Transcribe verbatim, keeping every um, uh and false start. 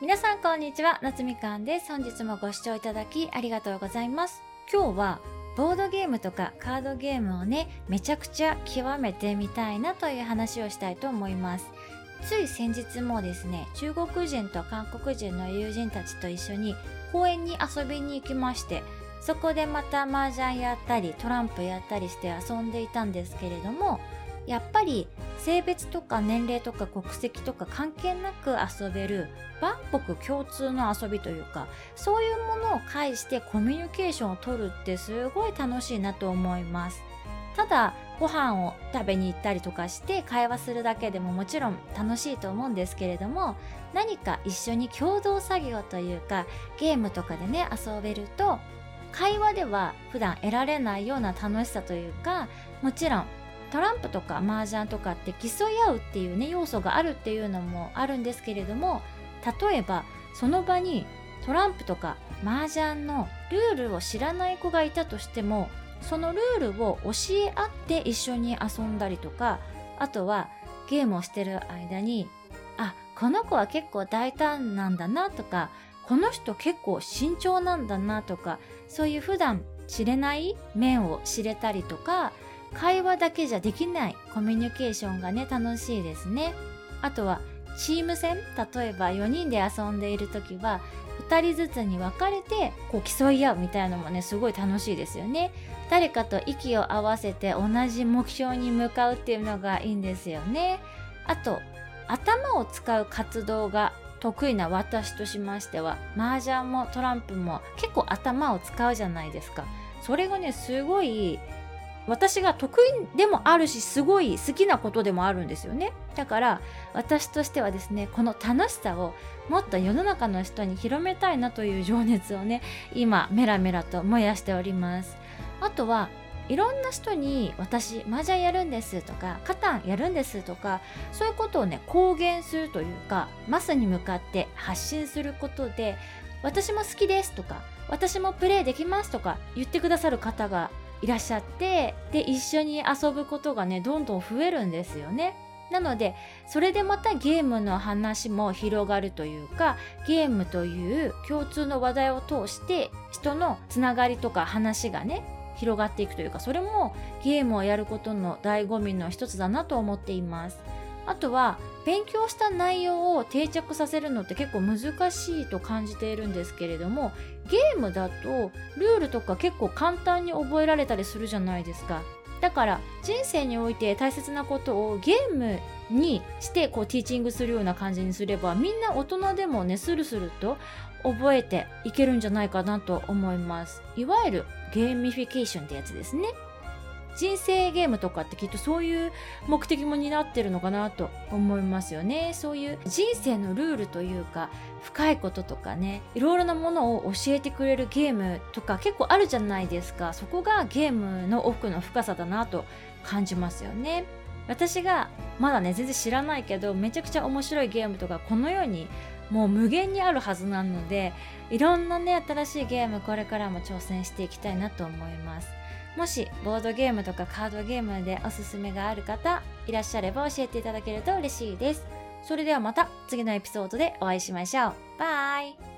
皆さんこんにちは、夏みかんです。本日もご視聴いただきありがとうございます。今日はボードゲームとかカードゲームをね、めちゃくちゃ極めてみたいなという話をしたいと思います。つい先日もですね、中国人と韓国人の友人たちと一緒に公園に遊びに行きまして、そこでまた麻雀やったりトランプやったりして遊んでいたんですけれども、やっぱり性別とか年齢とか国籍とか関係なく遊べる万国共通の遊びというか、そういうものを介してコミュニケーションを取るってすごい楽しいなと思います。ただご飯を食べに行ったりとかして会話するだけでももちろん楽しいと思うんですけれども、何か一緒に共同作業というかゲームとかでね遊べると、会話では普段得られないような楽しさというか、もちろんトランプとか麻雀とかって競い合うっていうね要素があるっていうのもあるんですけれども、例えばその場にトランプとか麻雀のルールを知らない子がいたとしても、そのルールを教え合って一緒に遊んだりとか、あとはゲームをしてる間に、あ、この子は結構大胆なんだなとか、この人結構慎重なんだなとか、そういう普段知れない面を知れたりとか、会話だけじゃできないコミュニケーションがね楽しいですね。あとはチーム戦、例えばよにんで遊んでいる時はふたりずつに分かれてこう競い合うみたいなのもねすごい楽しいですよね。誰かと息を合わせて同じ目標に向かうっていうのがいいんですよね。あと頭を使う活動が得意な私としましては、麻雀もトランプも結構頭を使うじゃないですか。それがねすごい私が得意でもあるし、すごい好きなことでもあるんですよね。だから私としてはですね、この楽しさをもっと世の中の人に広めたいなという情熱をね今メラメラと燃やしております。あとはいろんな人に私麻雀やるんですとかカタンやるんですとか、そういうことをね公言するというか、マスに向かって発信することで、私も好きですとか私もプレイできますとか言ってくださる方がいらっしゃって、で一緒に遊ぶことがねどんどん増えるんですよね。なのでそれでまたゲームの話も広がるというか、ゲームという共通の話題を通して人のつながりとか話がね広がっていくというか、それもゲームをやることの醍醐味の一つだなと思っています。あとは勉強した内容を定着させるのって結構難しいと感じているんですけれども、ゲームだとルールとか結構簡単に覚えられたりするじゃないですか。だから人生において大切なことをゲームにしてこうティーチングするような感じにすれば、みんな大人でもねスルスルと覚えていけるんじゃないかなと思います。いわゆるゲーミフィケーションってやつですね。人生ゲームとかってきっとそういう目的も担ってるのかなと思いますよね。そういう人生のルールというか深いこととかね、いろいろなものを教えてくれるゲームとか結構あるじゃないですか。そこがゲームの奥の深さだなと感じますよね。私がまだね全然知らないけどめちゃくちゃ面白いゲームとかこの世にもう無限にあるはずなので、いろんなね新しいゲームこれからも挑戦していきたいなと思います。もしボードゲームとかカードゲームでおすすめがある方いらっしゃれば教えていただけると嬉しいです。それではまた次のエピソードでお会いしましょう。バイ。